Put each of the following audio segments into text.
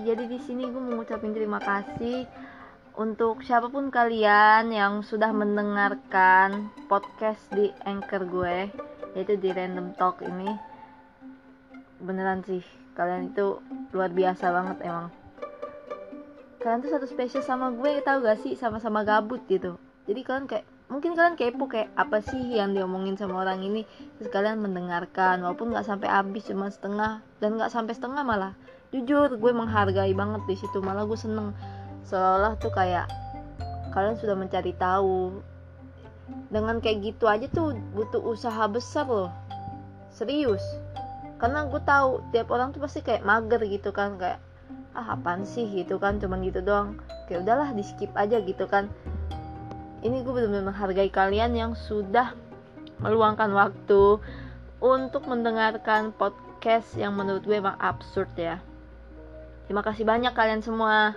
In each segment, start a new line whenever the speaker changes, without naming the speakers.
Jadi di sini gue mau ngucapin terima kasih untuk siapapun kalian yang sudah mendengarkan podcast di Anchor gue, yaitu di Random Talk ini. Beneran sih, kalian itu luar biasa banget emang. Kalian tuh satu spesies sama gue, tau gak sih, sama-sama gabut gitu. Jadi kalian kayak, mungkin kalian kepo kayak apa sih yang diomongin sama orang ini, terus kalian mendengarkan walaupun nggak sampai habis, cuma setengah, dan nggak sampai setengah malah. Jujur gue menghargai banget di situ, malah gue seneng seolah-olah tuh kayak kalian sudah mencari tahu. Dengan kayak gitu aja tuh butuh usaha besar loh, serius. Karena gue tahu tiap orang tuh pasti kayak mager gitu kan, kayak apaan sih gitu kan, cuman gitu doang, kayak udahlah di skip aja gitu kan. Ini gue benar-benar menghargai kalian yang sudah meluangkan waktu untuk mendengarkan podcast yang menurut gue emang absurd ya. Terima kasih banyak kalian semua.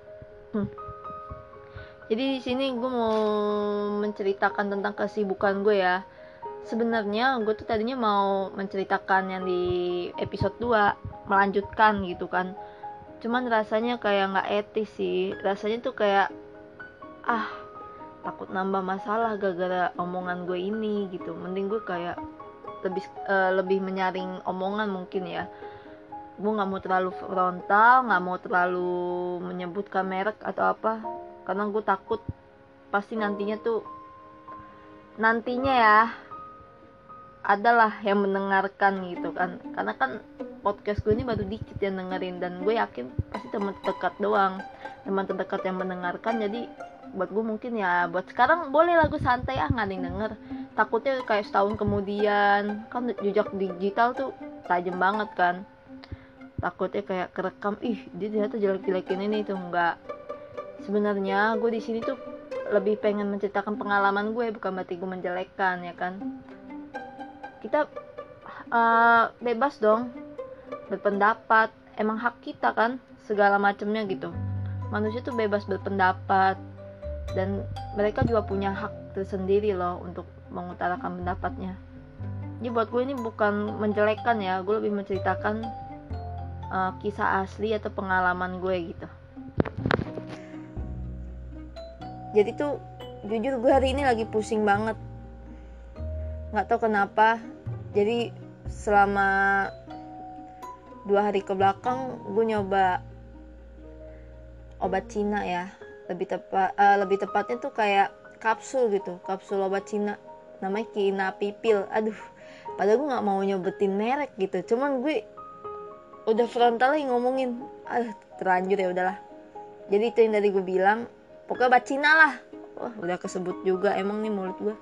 Jadi di sini gue mau menceritakan tentang kesibukan gue ya. Sebenarnya gue tuh tadinya mau menceritakan yang di episode 2, melanjutkan gitu kan. Cuman rasanya kayak gak etis sih. Rasanya tuh kayak takut nambah masalah gara-gara omongan gue ini gitu. Mending gue kayak lebih menyaring omongan mungkin ya. Gue gak mau terlalu frontal, gak mau terlalu menyebutkan merek atau apa, karena gue takut pasti nantinya ya adalah yang mendengarkan gitu kan. Karena kan podcast gue ini baru dikit yang dengerin, dan gue yakin pasti teman terdekat doang, teman terdekat yang mendengarkan. Jadi buat gue mungkin ya buat sekarang boleh lagu santai, gak ada yang denger. Takutnya kayak setahun kemudian kan jejak digital tuh tajam banget kan, takutnya kayak kerekam, dia ternyata jelek-jelekin ini tuh. Enggak, sebenarnya gue di sini tuh lebih pengen menceritakan pengalaman gue, bukan berarti gue menjelekkan ya kan. Kita bebas dong berpendapat, emang hak kita kan, segala macamnya gitu. Manusia tuh bebas berpendapat, dan mereka juga punya hak tersendiri loh untuk mengutarakan pendapatnya. Jadi buat gue ini bukan menjelekkan ya, gue lebih menceritakan kisah asli atau pengalaman gue gitu. Jadi tuh jujur gue hari ini lagi pusing banget, nggak tahu kenapa. Jadi selama 2 hari ke belakang gue nyoba obat Cina ya, lebih tepatnya tuh kayak kapsul gitu, kapsul obat Cina namanya Kinapipil. Padahal gue nggak mau nyebutin merek gitu, cuman gue udah frontal lagi ngomongin, terlanjur ya udahlah. Jadi itu yang tadi gue bilang, pokoknya obat Cina lah. Udah kesebut juga emang nih mulut gue.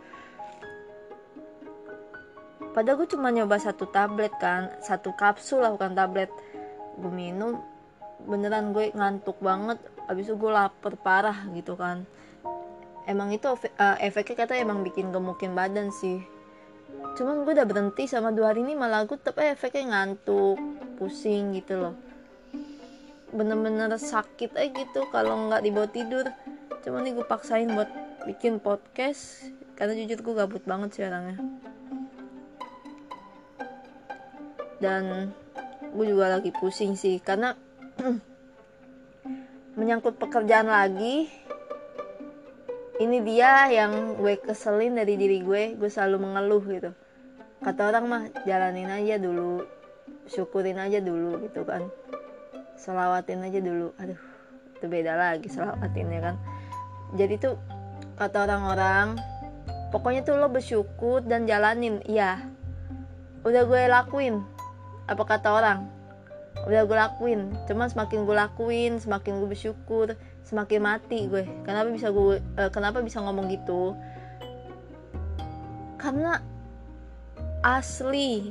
Padahal gue cuma nyoba 1 tablet kan, 1 kapsul lah, bukan tablet. Gue minum, beneran gue ngantuk banget. Abis itu gue lapar parah gitu kan. Emang itu efeknya kata emang bikin gemukin badan sih. Cuman gue udah berhenti sama 2 hari ini, malah gue tetep efeknya ngantuk, pusing gitu loh. Bener-bener sakit aja gitu kalau nggak dibawa tidur. Cuman nih gue paksain buat bikin podcast, karena jujur gue gabut banget sih orangnya. Dan gue juga lagi pusing sih, karena menyangkut pekerjaan lagi. Ini dia yang gue keselin dari diri gue. Gue selalu mengeluh gitu. Kata orang mah jalanin aja dulu, syukurin aja dulu gitu kan, selawatin aja dulu. Itu beda lagi selawatinnya kan. Jadi tuh kata orang-orang, pokoknya tuh lo bersyukur dan jalanin. Iya, udah gue lakuin. Apa kata orang? Udah gue lakuin. Cuman semakin gue lakuin, semakin gue bersyukur, semakin mati gue. Kenapa bisa ngomong gitu? Karena asli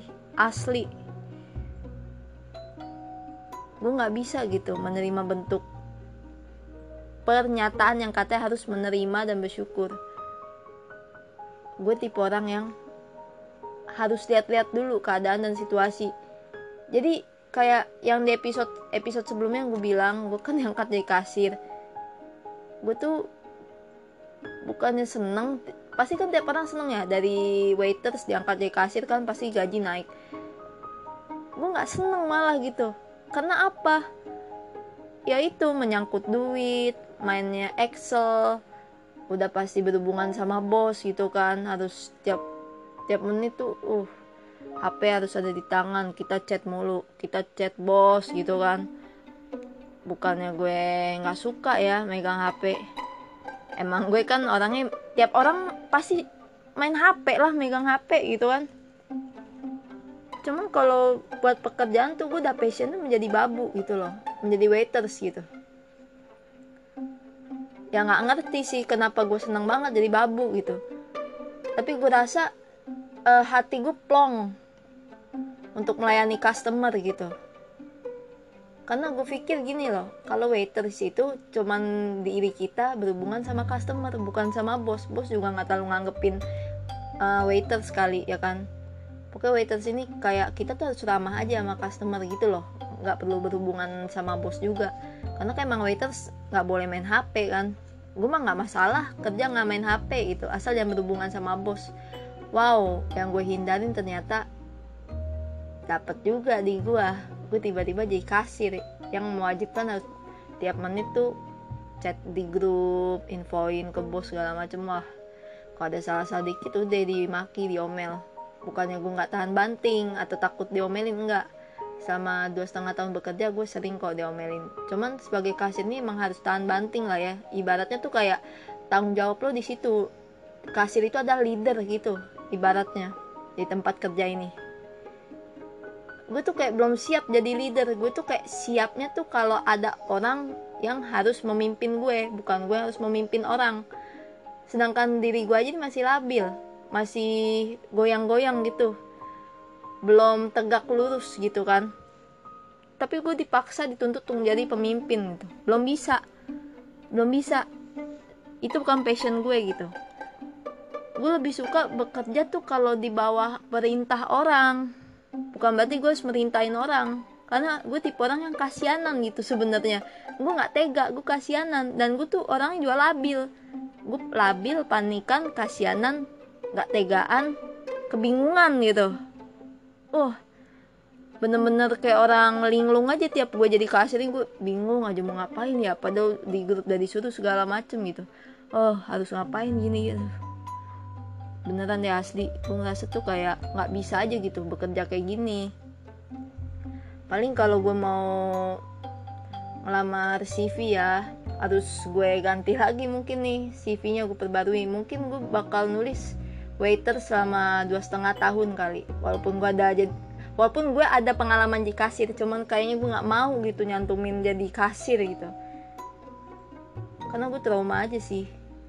gue nggak bisa gitu menerima bentuk pernyataan yang katanya harus menerima dan bersyukur. Gue tipe orang yang harus lihat-lihat dulu keadaan dan situasi. Jadi kayak yang di episode sebelumnya gue bilang, gue kan diangkat jadi kasir. Gue tuh bukannya seneng, pasti kan tiap orang seneng ya, dari waiters diangkat jadi kasir kan pasti gaji naik. Gue nggak seneng malah gitu. Karena apa? ya itu menyangkut duit, mainnya Excel, udah pasti berhubungan sama bos gitu kan, harus tiap menit tuh HP harus ada di tangan, kita chat mulu, kita chat bos gitu kan. Bukannya gue nggak suka ya megang HP, emang gue kan orangnya, tiap orang pasti main HP lah, megang HP gitu kan. Cuman kalau buat pekerjaan tuh gue udah passionnya menjadi babu gitu loh, menjadi waiters gitu. Ya nggak ngerti sih kenapa gue seneng banget jadi babu gitu, tapi gue rasa hati gue plong untuk melayani customer gitu. Karena gue pikir gini loh, kalau waiters itu cuman diri kita berhubungan sama customer, bukan sama bos. Bos juga nggak terlalu nganggepin waiters sekali ya kan. Pokoknya waiters ini kayak kita tuh harus ramah aja sama customer gitu loh, nggak perlu berhubungan sama bos juga. Karena kan emang waiters nggak boleh main HP kan. Gue mah nggak masalah kerja nggak main HP gitu, asal jangan berhubungan sama bos. Wow, yang gue hindarin ternyata dapat juga di gue tiba-tiba jadi kasir yang mewajibkan harus tiap menit tuh chat di grup, infoin ke bos segala macem. Wah, kalau ada salah-salah dikit udah dimaki, diomel. Bukannya gue nggak tahan banting atau takut diomelin, enggak. Sama 2,5 tahun bekerja gue sering kok diomelin. Cuman sebagai kasir ini emang harus tahan banting lah ya. Ibaratnya tuh kayak tanggung jawab lo di situ. Kasir itu adalah leader gitu ibaratnya di tempat kerja ini. Gue tuh kayak belum siap jadi leader. Gue tuh kayak siapnya tuh kalau ada orang yang harus memimpin gue, bukan gue harus memimpin orang. Sedangkan diri gue aja masih labil, masih goyang-goyang gitu, belum tegak lurus gitu kan. Tapi gue dipaksa, dituntut untuk jadi pemimpin gitu. Belum bisa. Itu bukan passion gue gitu. Gue lebih suka bekerja tuh kalau di bawah perintah orang. Bukan berarti gue harus merintahin orang, karena gue tipe orang yang kasianan gitu sebenarnya. Gue nggak tega, gue kasianan, dan gue tuh orangnya juga labil. Gue labil, panikan, kasianan, nggak tegaan, kebingungan gitu. Bener-bener kayak orang linglung aja. Tiap gue jadi kasir gue bingung aja mau ngapain ya, padahal di grup udah disuruh segala macem gitu. Harus ngapain gini gitu. Beneran deh, asli gue ngerasa tuh kayak nggak bisa aja gitu bekerja kayak gini. Paling kalau gue mau ngelamar CV ya, harus gue ganti lagi mungkin nih CV-nya, gue perbarui. Mungkin gue bakal nulis waiter selama 2,5 tahun kali. Walaupun gue ada pengalaman di kasir, cuman kayaknya gue nggak mau gitu nyantumin jadi kasir gitu, karena gue trauma aja sih.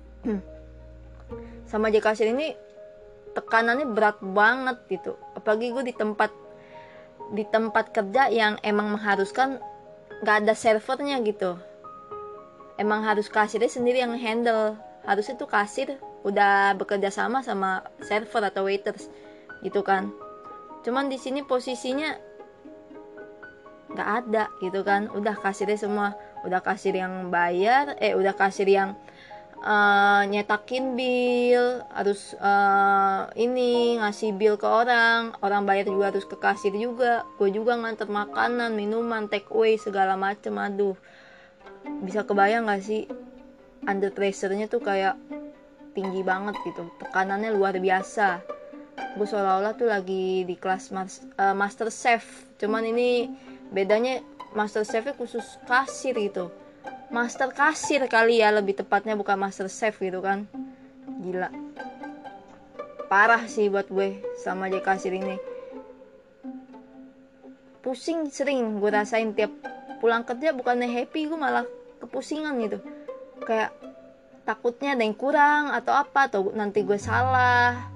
Sama jadi kasir ini tekanannya berat banget gitu, apalagi gue di tempat kerja yang emang mengharuskan nggak ada servernya gitu. Emang harus kasirnya sendiri yang handle. Harusnya tuh kasir udah bekerja sama server atau waiters gitu kan. Cuman di sini posisinya nggak ada gitu kan. Udah kasirnya semua, udah kasir yang bayar, udah kasir yang nyetakin bill, harus ngasih bill ke orang bayar juga harus ke kasir juga. Gue juga nganter makanan, minuman, take away segala macem. Aduh, bisa kebayang gak sih under pressure-nya tuh kayak tinggi banget gitu, tekanannya luar biasa. Gue seolah-olah tuh lagi di kelas master chef, cuman ini bedanya master chefnya khusus kasir gitu. Master kasir kali ya lebih tepatnya, bukan master chef gitu kan. Gila, parah sih buat gue sama jadi kasir ini. Pusing sering gue rasain tiap pulang kerja, bukannya happy, gue malah kepusingan gitu. Kayak takutnya ada yang kurang atau apa, atau nanti gue salah,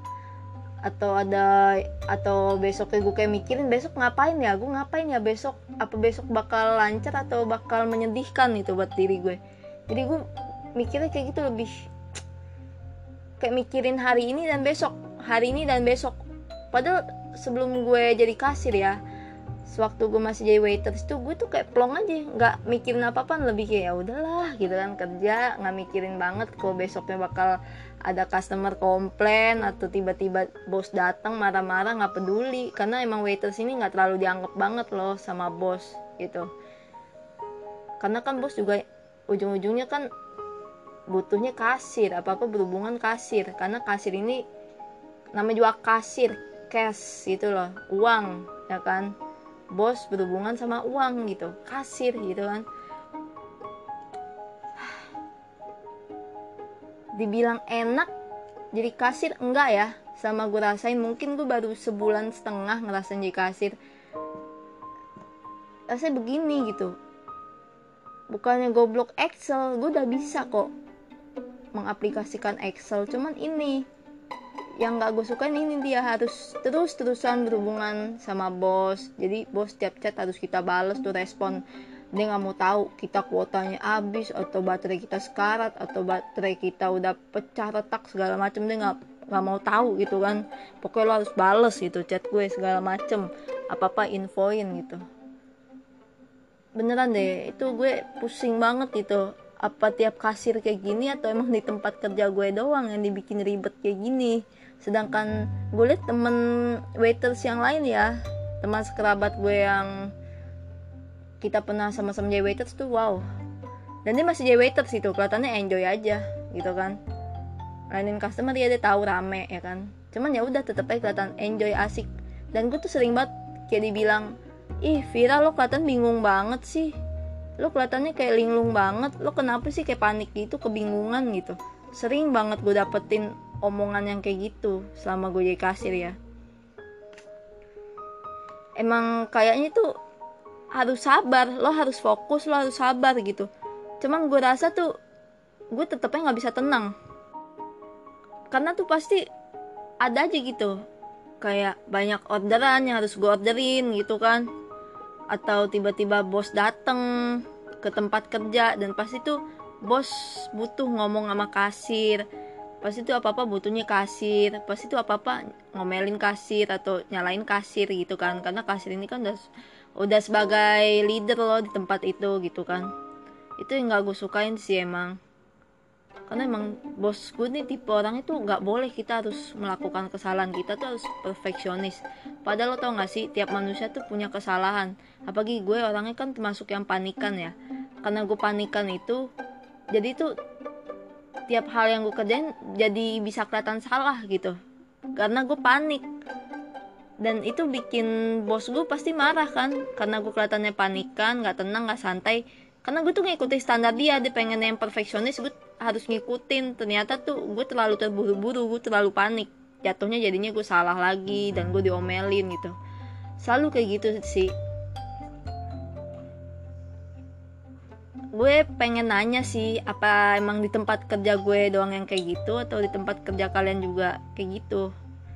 atau besoknya gue kayak mikirin besok ngapain ya besok, apa besok bakal lancar atau bakal menyedihkan itu buat diri gue. Jadi gue mikirnya kayak gitu, lebih kayak mikirin hari ini dan besok. Padahal sebelum gue jadi kasir ya, sewaktu gue masih jadi waiters tuh gue tuh kayak plong aja, nggak mikirin apa-apa, lebih kayak ya udahlah gitu kan, kerja nggak mikirin banget kalau besoknya bakal ada customer komplain atau tiba-tiba bos datang marah-marah, nggak peduli, karena emang waiters ini nggak terlalu dianggap banget loh sama bos gitu. karena kan bos juga ujung-ujungnya kan butuhnya kasir, apa-apa berhubungan kasir, karena kasir ini namanya juga kasir, cash gitu loh, uang ya kan, bos berhubungan sama uang gitu, kasir gitu kan. Dibilang enak jadi kasir enggak ya, sama gue rasain, mungkin gue baru sebulan setengah ngerasain jadi kasir, rasanya begini gitu. Bukannya goblok Excel, gue udah bisa kok mengaplikasikan Excel, cuman ini yang gak gue sukain, ini dia harus terus-terusan berhubungan sama bos. Jadi bos tiap chat harus kita bales tuh respon. Dia gak mau tahu kita kuotanya habis, atau baterai kita sekarat, atau baterai kita udah pecah retak segala macem. Dia gak mau tahu gitu kan. Pokoknya lo harus bales gitu chat gue segala macem, apa-apa infoin gitu. Beneran deh, itu gue pusing banget gitu. Apa tiap kasir kayak gini, atau emang di tempat kerja gue doang yang dibikin ribet kayak gini. Sedangkan gue liat temen waiters yang lain ya, teman sekerabat gue yang kita pernah sama-sama jadi waiters tuh, wow. Dan dia masih jadi waiters itu, kelihatannya enjoy aja gitu kan. Lainin customer dia tahu rame ya kan. Cuman ya udah tetep aja kelihatan enjoy, asik. Dan gue tuh sering banget kayak dibilang, ih Vira lo kelihatan bingung banget sih, lo kelihatannya kayak linglung banget, lo kenapa sih kayak panik gitu, kebingungan gitu. Sering banget gue dapetin omongan yang kayak gitu selama gue jadi kasir ya. Emang kayaknya tuh harus sabar, lo harus fokus, lo harus sabar gitu. Cuman gue rasa tuh gue tetepnya gak bisa tenang, karena tuh pasti ada aja gitu kayak banyak orderan yang harus gue orderin gitu kan, atau tiba-tiba bos dateng ke tempat kerja, dan pasti tuh bos butuh ngomong sama kasir, pasti tuh apa-apa butuhnya kasir, pasti tuh apa-apa ngomelin kasir atau nyalain kasir gitu kan, karena kasir ini kan udah sebagai leader loh di tempat itu gitu kan. Itu yang gak gue sukain sih emang, karena emang bos gue nih tipe orang itu gak boleh kita harus melakukan kesalahan, kita tuh harus perfeksionis. Padahal lo tau gak sih, tiap manusia tuh punya kesalahan. Apalagi gue orangnya kan termasuk yang panikan ya, karena gue panikan itu, jadi tuh tiap hal yang gue kerjain jadi bisa kelihatan salah gitu, karena gue panik. Dan itu bikin bos gue pasti marah kan, karena gue kelihatannya panikan, gak tenang, gak santai. Karena gue tuh ngikutin standar dia pengen yang perfeksionis, gue harus ngikutin. Ternyata tuh gue terlalu terburu-buru, gue terlalu panik, jatuhnya jadinya gue salah lagi dan gue diomelin gitu. Selalu kayak gitu sih. Gue pengen nanya sih, apa emang di tempat kerja gue doang yang kayak gitu, atau di tempat kerja kalian juga kayak gitu?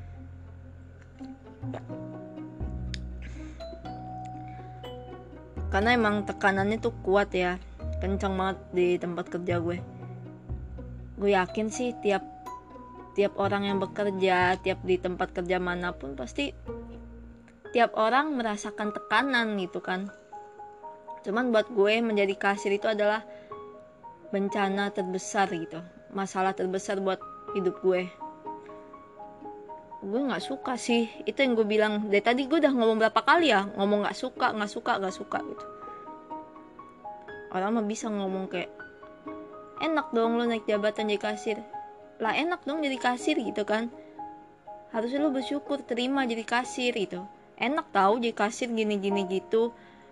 Karena emang tekanannya tuh kuat ya, kencang banget di tempat kerja gue. Gue yakin sih tiap orang yang bekerja, tiap di tempat kerja manapun, pasti tiap orang merasakan tekanan gitu kan. Cuman buat gue menjadi kasir itu adalah bencana terbesar gitu, masalah terbesar buat hidup gue. Gue nggak suka sih, itu yang gue bilang dari tadi. Gue udah ngomong berapa kali ya, ngomong nggak suka gitu. Orang mah bisa ngomong kayak enak dong lo naik jabatan jadi kasir, lah enak dong jadi kasir gitu kan. Harusnya lo bersyukur terima jadi kasir gitu, enak tahu jadi kasir gini gitu.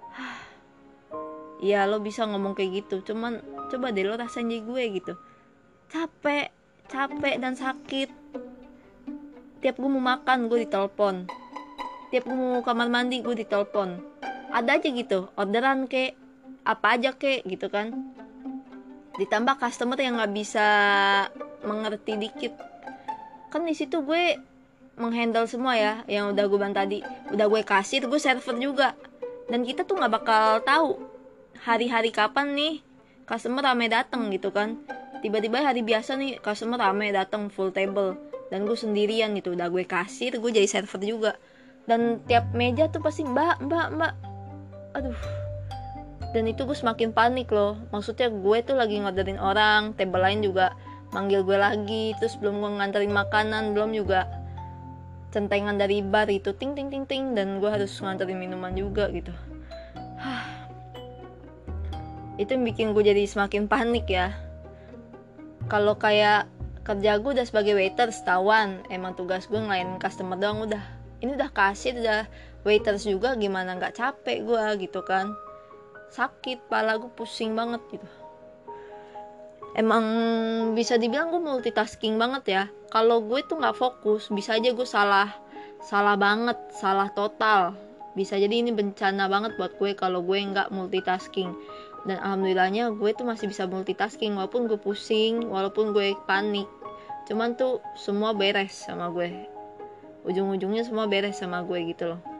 Ya lo bisa ngomong kayak gitu, cuman coba deh lo rasain jadi gue gitu. Capek dan sakit. Tiap gue mau makan gue ditelepon, tiap gue mau kamar mandi gue ditelepon. Ada aja gitu orderan kek, apa aja kek gitu kan. Ditambah customer yang nggak bisa mengerti dikit. Kan di situ gue menghandle semua ya, yang udah gue bilang tadi. Udah gue kasir, gue server juga. Dan kita tuh nggak bakal tahu hari-hari kapan nih customer rame dateng gitu kan. Tiba-tiba hari biasa nih customer rame dateng full table, dan gue sendirian gitu. Udah gue kasir, gue jadi server juga. Dan tiap meja tuh pasti mbak. Aduh. Dan itu gue semakin panik loh. Maksudnya gue tuh lagi ngorderin orang, table lain juga manggil gue lagi. Terus belum gue nganterin makanan, belum juga centengan dari bar itu ting ting ting ting, dan gue harus nganterin minuman juga gitu. Itu yang bikin gue jadi semakin panik ya. Kalau kayak kerja gue udah sebagai waiter setahun, emang tugas gue ngelayanin customer doang udah. Ini udah kasir, udah waiters juga, gimana nggak capek gue gitu kan. Sakit, pala gue pusing banget gitu. Emang bisa dibilang gue multitasking banget ya. Kalau gue tuh nggak fokus, bisa aja gue salah banget, salah total. Bisa jadi ini bencana banget buat gue kalau gue nggak multitasking. Dan alhamdulillahnya gue tuh masih bisa multitasking walaupun gue pusing, walaupun gue panik. Cuman tuh semua beres sama gue. Ujung-ujungnya semua beres sama gue gitu loh.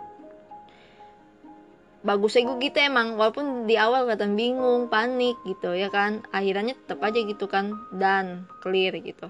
Bagusnya gue gitu emang, walaupun di awal kelihatan bingung, panik gitu ya kan, akhirnya tetap aja gitu kan, dan clear gitu.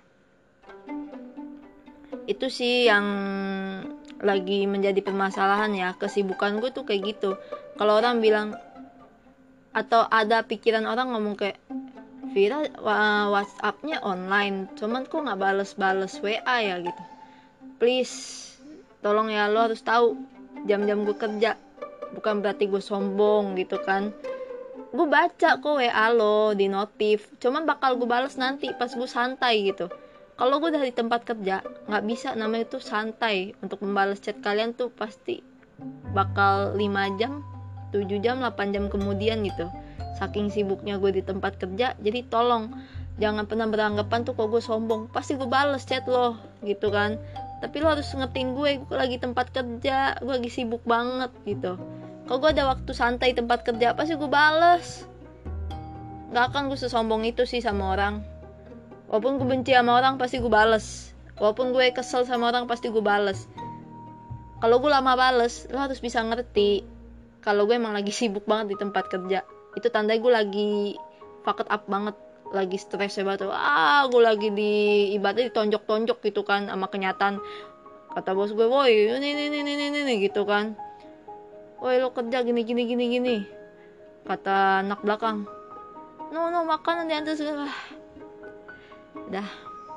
Itu sih yang lagi menjadi permasalahan ya, kesibukan gue tuh kayak gitu. Kalau orang bilang, atau ada pikiran orang ngomong kayak, Vira WhatsApp-nya online, cuman kok nggak bales-bales WA ya gitu. Please, tolong ya, lo harus tahu jam-jam gue kerja. Bukan berarti gue sombong gitu kan. Gue baca kok WA lo di notif, cuman bakal gue bales nanti pas gue santai gitu. Kalau gue udah di tempat kerja, nggak bisa, namanya itu santai. Untuk membalas chat kalian tuh pasti bakal 5 jam, 7 jam, 8 jam kemudian gitu. Saking sibuknya gue di tempat kerja. Jadi tolong jangan pernah beranggapan tuh kok gue sombong, pasti gue bales chat lo gitu kan. Tapi lo harus ngetin gue lagi tempat kerja, gue lagi sibuk banget gitu. Kalau gue ada waktu santai tempat kerja, pasti gue bales. Gak akan gue sesombong itu sih sama orang. Walaupun gue benci sama orang, pasti gue bales. Walaupun gue kesel sama orang, pasti gue bales. Kalau gue lama bales, lo harus bisa ngerti kalau gue emang lagi sibuk banget di tempat kerja. Itu tandanya gue lagi fucked up banget, lagi stres banget. Gue lagi ibaratnya ditonjok-tonjok gitu kan sama kenyataan. Kata bos gue, woi ini gitu kan, woi lo kerja gini. Kata anak belakang, no makanan diantar segala. Dah,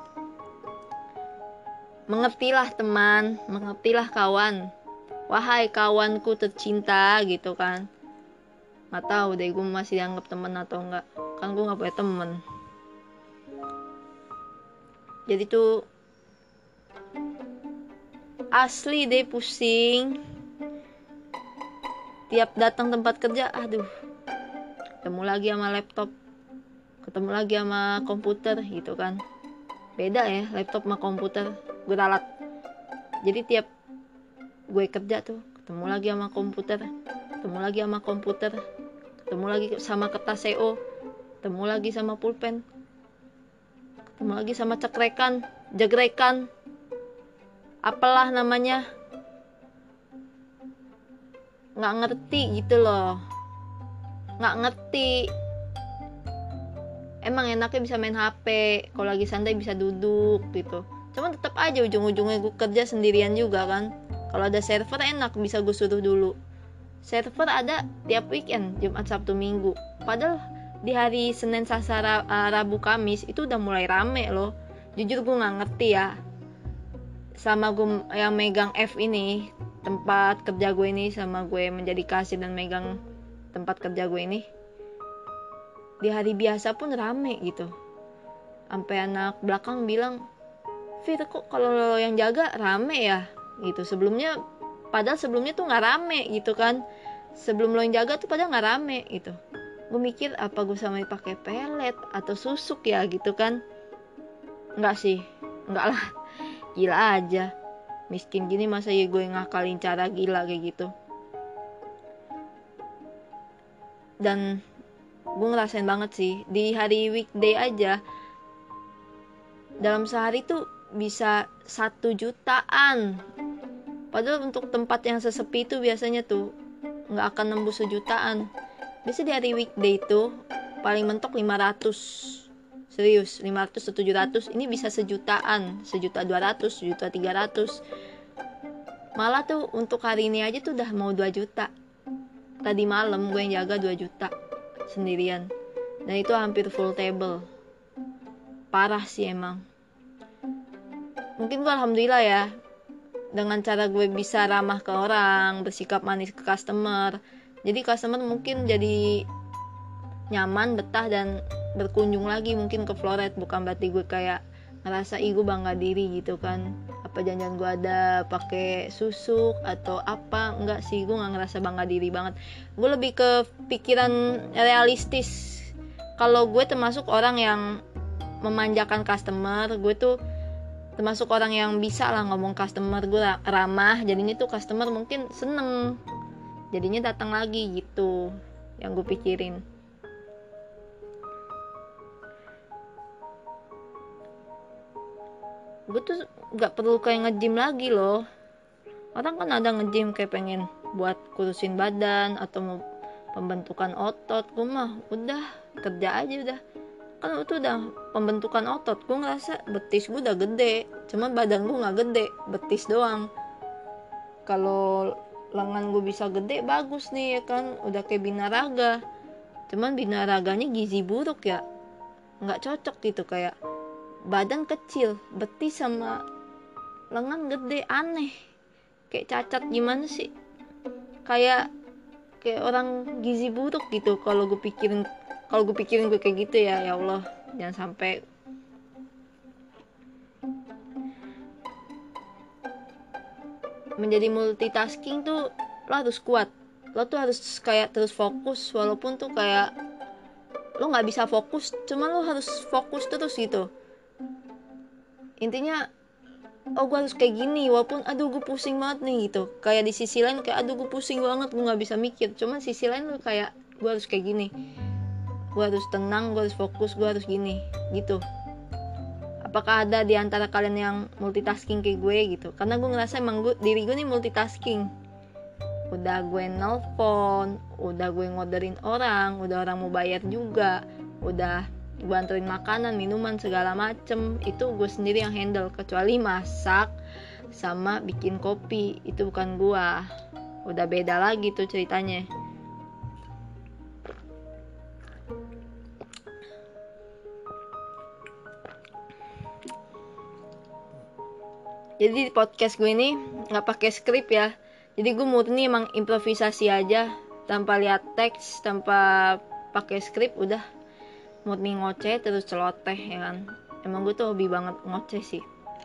mengertilah teman, mengertilah kawan, wahai kawanku tercinta gitu kan. Nggak tahu deh gue masih dianggap temen atau enggak, kan gue nggak punya temen. Jadi tuh asli deh pusing. Tiap datang tempat kerja, aduh, ketemu lagi sama laptop, ketemu lagi sama komputer gitu kan. Beda ya laptop sama komputer, gue ralat. Jadi tiap gue kerja tuh ketemu lagi sama komputer, ketemu lagi sama komputer, ketemu lagi sama kertas CO, ketemu lagi sama pulpen, ketemu lagi sama jagrekan, apalah namanya. Nggak ngerti gitu loh, nggak ngerti. Emang enaknya bisa main HP, kalau lagi santai bisa duduk gitu. Cuman tetap aja ujung-ujungnya gue kerja sendirian juga kan. Kalau ada server enak, bisa gue suruh dulu. Server ada tiap weekend, Jumat, Sabtu, Minggu. Padahal di hari Senin, Selasa, Rabu, Kamis itu udah mulai rame loh. Jujur gue nggak ngerti ya. Sama gue yang megang F ini, tempat kerja gue ini, sama gue menjadi kasir dan megang tempat kerja gue ini, di hari biasa pun rame gitu. Sampai anak belakang bilang, Fir kok kalau yang jaga rame ya gitu. Padahal sebelumnya tuh nggak rame gitu kan. Sebelum lo yang jaga tuh padahal nggak rame gitu. Gue mikir apa gue sama pakai pelet atau susuk ya gitu kan. Enggak sih, enggak lah, gila aja. Miskin gini masa ya gue ngakalin cara gila kayak gitu. Dan gue ngerasain banget sih, di hari weekday aja dalam sehari tuh bisa 1 jutaan. Padahal untuk tempat yang sesepi itu biasanya tuh nggak akan nembus 1 jutaan. Biasa di hari weekday tuh paling mentok 500. Serius, 500 atau 700. Ini bisa 1 jutaan, 1.200.000, 1.300.000. Malah tuh untuk hari ini aja tuh udah mau 2 juta. Tadi malam gue yang jaga 2 juta sendirian. Dan itu hampir full table. Parah sih emang. Mungkin gue alhamdulillah ya, dengan cara gue bisa ramah ke orang, bersikap manis ke customer. Jadi customer mungkin jadi nyaman, betah, dan berkunjung lagi mungkin ke Floret. Bukan berarti gue kayak ngerasa gue bangga diri gitu kan, apa jangan gue ada pakai susuk atau apa. Enggak sih, gue nggak ngerasa bangga diri banget. Gue lebih ke pikiran realistis. Kalau gue termasuk orang yang memanjakan customer, gue tuh termasuk orang yang bisa lah ngomong customer, gue ramah, jadinya tuh customer mungkin seneng, jadinya datang lagi gitu yang gue pikirin. Gue tuh gak perlu kayak nge-gym lagi loh. Orang kan ada nge-gym kayak pengen buat kurusin badan atau mau pembentukan otot. Gue mah udah kerja aja udah. Kan itu udah pembentukan otot. Gue ngerasa betis gue udah gede, cuman badan gue gak gede, betis doang. Kalau lengan gue bisa gede bagus nih ya kan, udah kayak binaraga. Cuman binaraganya gizi buruk ya, gak cocok gitu. Kayak badan kecil, betis sama lengan gede, aneh, kayak cacat gimana sih, kayak orang gizi buruk gitu. Kalau gue pikirin gue kayak gitu ya Allah, jangan sampai. Menjadi multitasking tuh lo harus kuat, lo tuh harus kayak terus fokus, walaupun tuh kayak lo nggak bisa fokus, cuman lo harus fokus terus gitu. Intinya, oh gue harus kayak gini, walaupun aduh gue pusing banget nih gitu. Kayak di sisi lain kayak aduh gue pusing banget, gue nggak bisa mikir. Cuman sisi lain lo kayak gue harus kayak gini, gue harus tenang, gue harus fokus, gue harus gini gitu. Apakah ada di antara kalian yang multitasking kayak gue gitu? Karena gue ngerasa emang diri gue nih multitasking. Udah gue nelpon, udah gue ngoderin orang, udah orang mau bayar juga, udah gue anterin makanan, minuman, segala macem. Itu gue sendiri yang handle, kecuali masak sama bikin kopi, itu bukan gue. Udah beda lagi tuh ceritanya. Jadi di podcast gue ini nggak pakai skrip ya. Jadi gue murni emang improvisasi aja, tanpa lihat teks, tanpa pakai skrip, udah murni ngoceh terus celoteh ya kan. Emang gue tuh hobi banget ngoceh sih.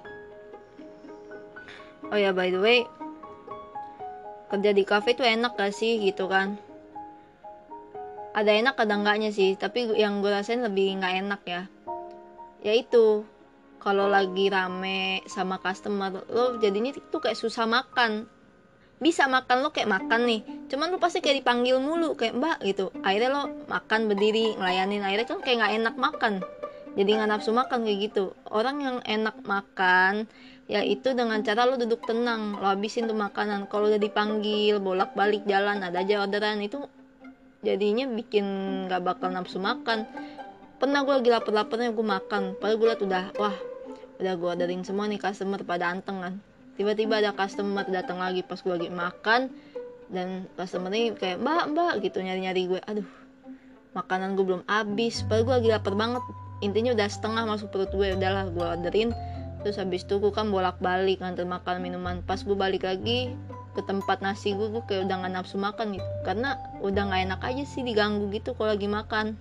Oh ya, by the way, kerja di cafe tuh enak gak sih gitu kan? Ada enak ada enggaknya sih, tapi yang gue rasain lebih nggak enak ya. Yaitu kalau lagi rame sama customer, lo jadinya tuh kayak susah makan. Bisa makan, lo kayak makan nih, cuman lo pasti kayak dipanggil mulu, kayak mbak gitu. Akhirnya lo makan berdiri ngelayanin, akhirnya kan kayak nggak enak makan, jadi nggak nafsu makan kayak gitu. Orang yang enak makan yaitu dengan cara lo duduk tenang, lo habisin tuh makanan. Kalau udah dipanggil bolak-balik jalan, ada aja orderan, itu jadinya bikin nggak bakal nafsu makan. Pernah gue lagi lapar-laparnya gue makan, padahal gue liat udah gue orderin semua nih, customer pada anteng kan. Tiba-tiba ada customer datang lagi pas gue lagi makan, dan customer ini kayak mbak gitu nyari-nyari gue. Aduh, makanan gue belum habis, padahal gue lagi lapar banget. Intinya udah setengah masuk perut gue, udahlah gue orderin. Terus habis itu gue kan bolak-balik nganter makan minuman. Pas gue balik lagi ke tempat nasi gue kayak udah gak nafsu makan gitu, karena udah gak enak aja sih diganggu gitu kalau lagi makan.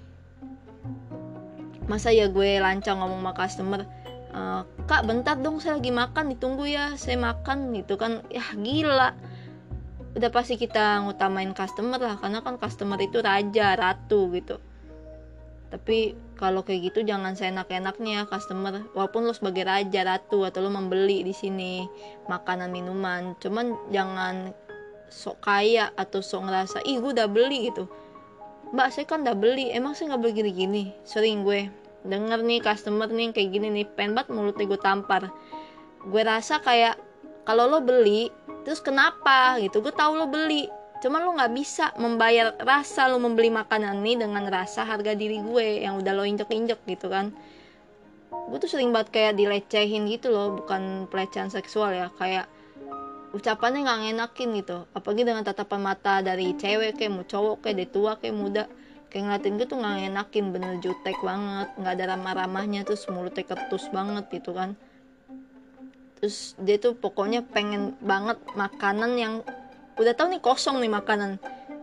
Masa ya gue lancang ngomong sama customer, kak bentar dong saya lagi makan, ditunggu ya saya makan gitu kan. Ya gila, udah pasti kita ngutamain customer lah, karena kan customer itu raja, ratu gitu. Tapi kalau kayak gitu jangan seenak-enaknya customer, walaupun lo sebagai raja, ratu, atau lo membeli di sini makanan minuman, cuman jangan sok kaya atau sok ngerasa ih gue udah beli gitu. Mbak saya kan udah beli, emang saya nggak beli gini-gini. Sering gue denger nih customer nih kayak gini nih, pengen banget mulutnya gue tampar. Gue rasa kayak kalau lo beli terus kenapa gitu, gue tahu lo beli, cuman lo nggak bisa membayar rasa lo membeli makanan ini dengan rasa harga diri gue yang udah lo injek-injek gitu kan. Gue tuh sering banget kayak dilecehin gitu loh, bukan pelecehan seksual ya, kayak ucapannya nggak ngenakin gitu, apalagi dengan tatapan mata dari cewek kayak mau cowok kayak dari tua kayak muda, kayak ngeliatin gue tuh nggak ngenakin, bener jutek banget, nggak ada ramah-ramahnya, terus mulutnya ketus banget gitu kan. Terus dia tuh pokoknya pengen banget makanan yang udah tahu nih kosong nih makanan,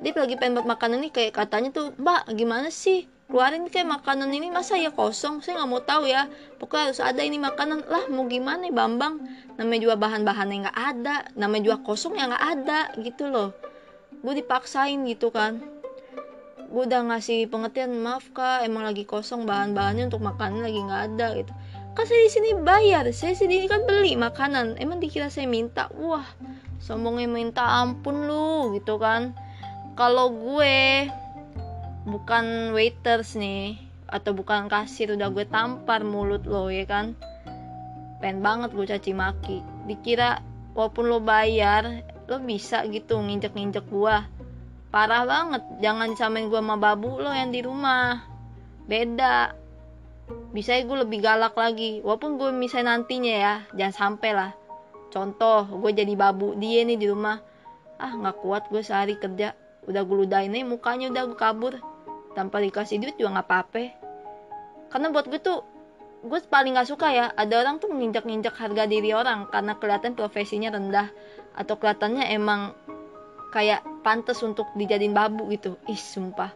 dia lagi pengen buat makanan ini, kayak katanya tuh, mbak gimana sih keluarin kayak makanan ini, masa ya kosong, saya nggak mau tahu ya, pokoknya harus ada ini makanan. Lah mau gimana ya Bambang, namanya juga bahan-bahannya nggak ada, namanya juga kosong ya nggak ada gitu loh. Gue dipaksain gitu kan, gue udah ngasih pengertian, maaf kak emang lagi kosong bahan-bahannya untuk makanan lagi nggak ada gitu. Kan saya di sini bayar, saya sendiri kan beli makanan, emang dikira saya minta. Wah sombongnya minta ampun lu gitu kan. Kalau gue bukan waiters nih atau bukan kasir, udah gue tampar mulut lo ya kan. Pengen banget gue caci maki, dikira walaupun lo bayar lo bisa gitu nginjek-nginjek gue. Parah banget, jangan disamain gue sama babu lo yang di rumah, beda. Bisa gue lebih galak lagi, walaupun gue misalnya nantinya ya, jangan sampai lah. Contoh, gue jadi babu dia nih di rumah, nggak kuat gue sehari kerja, udah gue ludahin aja mukanya, udah gue kabur tanpa dikasih duit juga nggak apa-apa. Karena buat gue tuh, gue paling nggak suka ya ada orang tuh nginjak-nginjak harga diri orang karena kelihatan profesinya rendah atau kelihatannya emang kayak pantas untuk dijadiin babu gitu. Ih sumpah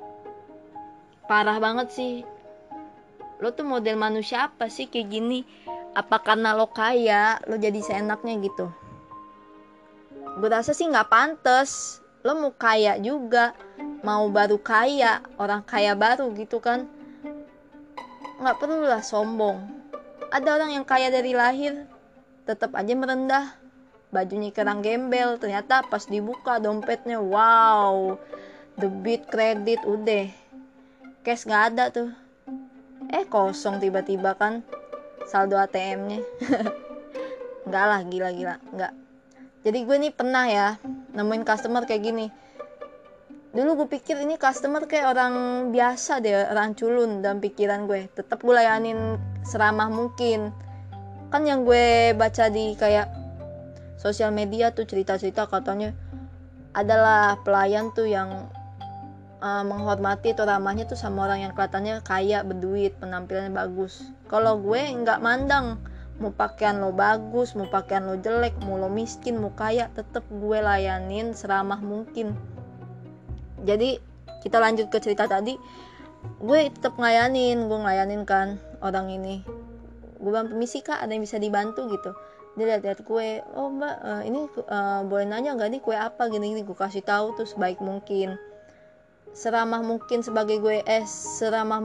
parah banget sih. Lo tuh model manusia apa sih kayak gini? Apa karena lo kaya lo jadi seenaknya gitu? Gue rasa sih nggak pantas. Lo mau kaya juga, mau baru kaya, orang kaya baru gitu kan, nggak perlu lah sombong. Ada orang yang kaya dari lahir tetap aja merendah, bajunya kerang gembel, ternyata pas dibuka dompetnya wow, debit kredit udah cash nggak ada tuh, kosong tiba-tiba kan saldo ATM-nya. Enggak lah, gila enggak. Jadi gue nih pernah ya nemuin customer kayak gini. Dulu gue pikir ini customer kayak orang biasa deh, orang culun dalam pikiran gue. Tetap gue layanin seramah mungkin. Kan yang gue baca di kayak sosial media tuh cerita-cerita katanya adalah pelayan tuh yang menghormati atau ramahnya tuh sama orang yang kelihatannya kaya, berduit, penampilannya bagus. Kalau gue nggak mandang mau pakaian lo bagus, mau pakaian lo jelek, mau lo miskin, mau kaya, tetap gue layanin seramah mungkin. Jadi kita lanjut ke cerita tadi, gue tetap ngelayanin kan orang ini. Gue bilang, permisi kak, ada yang bisa dibantu gitu. Dia lihat kue, oh mbak, ini boleh nanya nggak nih kue apa gini-gini. Gue kasih tahu tuh sebaik mungkin, seramah mungkin sebagai gue, seramah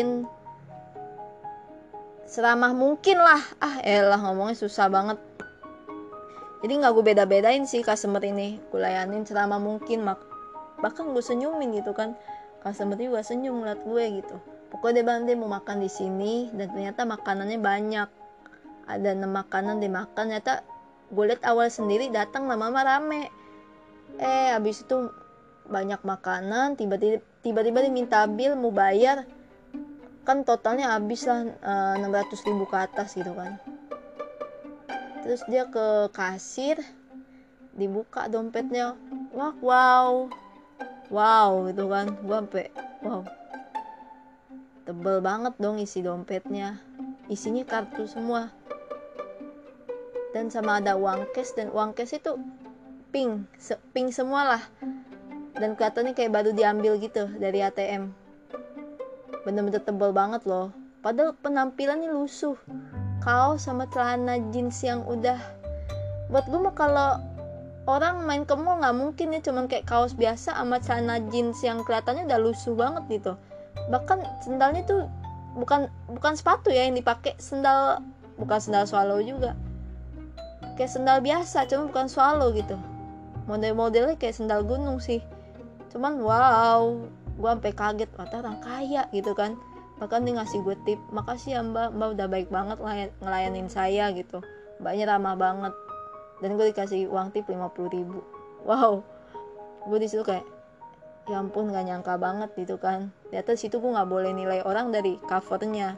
mungkin lah. Elah ngomongnya susah banget. Jadi nggak gue beda-bedain sih customer ini, gue layanin seramah mungkin, bahkan gue senyumin gitu kan, customer juga senyum ngeliat gue gitu. Pokoknya dia bilang dia mau makan di sini dan ternyata makanannya banyak, ada 6 makanan dia makan. Ternyata gue liat awal sendiri datang lama-lama rame, abis itu banyak makanan, tiba-tiba dia minta bill mau bayar, kan totalnya habis lah 600.000 ke atas gitu kan. Terus dia ke kasir, dibuka dompetnya, wow gitu kan. Gue sampai wow, tebel banget dong isi dompetnya, isinya kartu semua dan sama ada uang cash, dan uang cash itu pink semua lah, dan kelihatannya kayak baru diambil gitu dari ATM. Bener-bener tebel banget loh, padahal penampilannya lusuh, kaos sama celana jeans yang udah, buat gue mah kalau orang main ke mall nggak mungkin ya cuman kayak kaos biasa sama celana jeans yang kelihatannya udah lusuh banget gitu. Bahkan sendalnya tuh bukan sepatu ya yang dipakai, bukan sendal swallow juga, kayak sendal biasa cuma bukan swallow gitu. Model-modelnya kayak sendal gunung sih, cuman wow, gue sampai kaget, kata orang kaya gitu kan. Bahkan dia ngasih gue tip, makasih ya mbak udah baik banget ngelayanin saya gitu, mbaknya ramah banget. Dan gue dikasih uang tip 50.000. Wow, gue disitu kayak ya ampun, gak nyangka banget gitu kan. Ternyata situ gue gak boleh nilai orang dari covernya.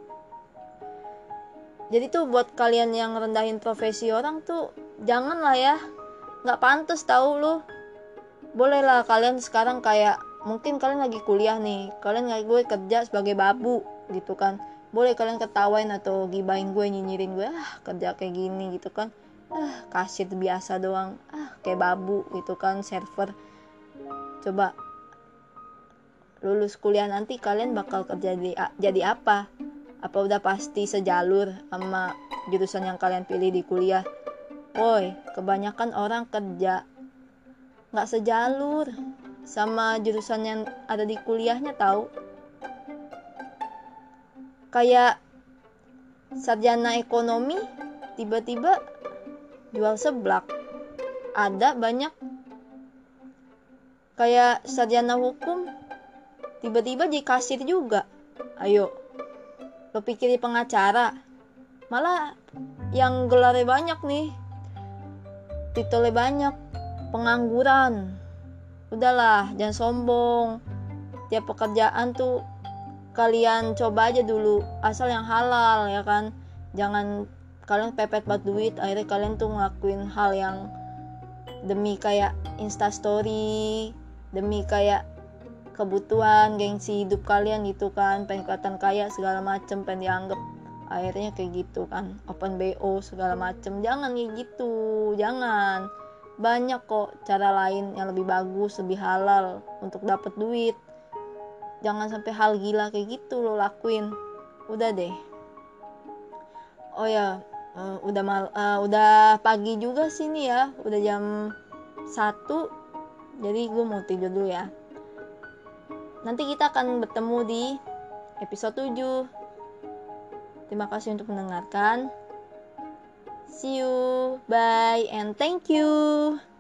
Jadi tuh buat kalian yang rendahin profesi orang tuh jangan lah ya, gak pantas tahu lu. Boleh lah kalian sekarang kayak mungkin kalian lagi kuliah nih, kalian kayak gue kerja sebagai babu gitu kan, boleh kalian ketawain atau gibahin gue, nyinyirin gue, kerja kayak gini gitu kan, kasir biasa doang, kayak babu gitu kan, server. Coba lulus kuliah nanti kalian bakal kerja jadi apa? Apa udah pasti sejalur sama jurusan yang kalian pilih di kuliah? Woi, kebanyakan orang kerja nggak sejalur sama jurusan yang ada di kuliahnya tahu. Kayak sarjana ekonomi tiba-tiba jual seblak. Ada banyak. Kayak sarjana hukum tiba-tiba jadi kasir juga. Ayo, lo pikir di pengacara, malah yang gelarnya banyak nih, titelnya banyak, pengangguran. Udahlah, jangan sombong. Tiap pekerjaan tuh kalian coba aja dulu, asal yang halal ya kan. Jangan kalian pepet buat duit, akhirnya kalian tuh ngelakuin hal yang demi kayak instastory, demi kayak kebutuhan gengsi hidup kalian gitu kan, pengen kelihatan kaya segala macem, pengen dianggap, akhirnya kayak gitu kan, open BO segala macem. Jangan kayak gitu, jangan. Banyak kok cara lain yang lebih bagus, lebih halal untuk dapat duit. Jangan sampai hal gila kayak gitu lo lakuin. Udah deh. Oh ya, udah pagi juga sih nih ya, udah jam 1. Jadi gue mau tidur dulu ya. Nanti kita akan bertemu di episode 7. Terima kasih untuk mendengarkan. See you, bye, and thank you.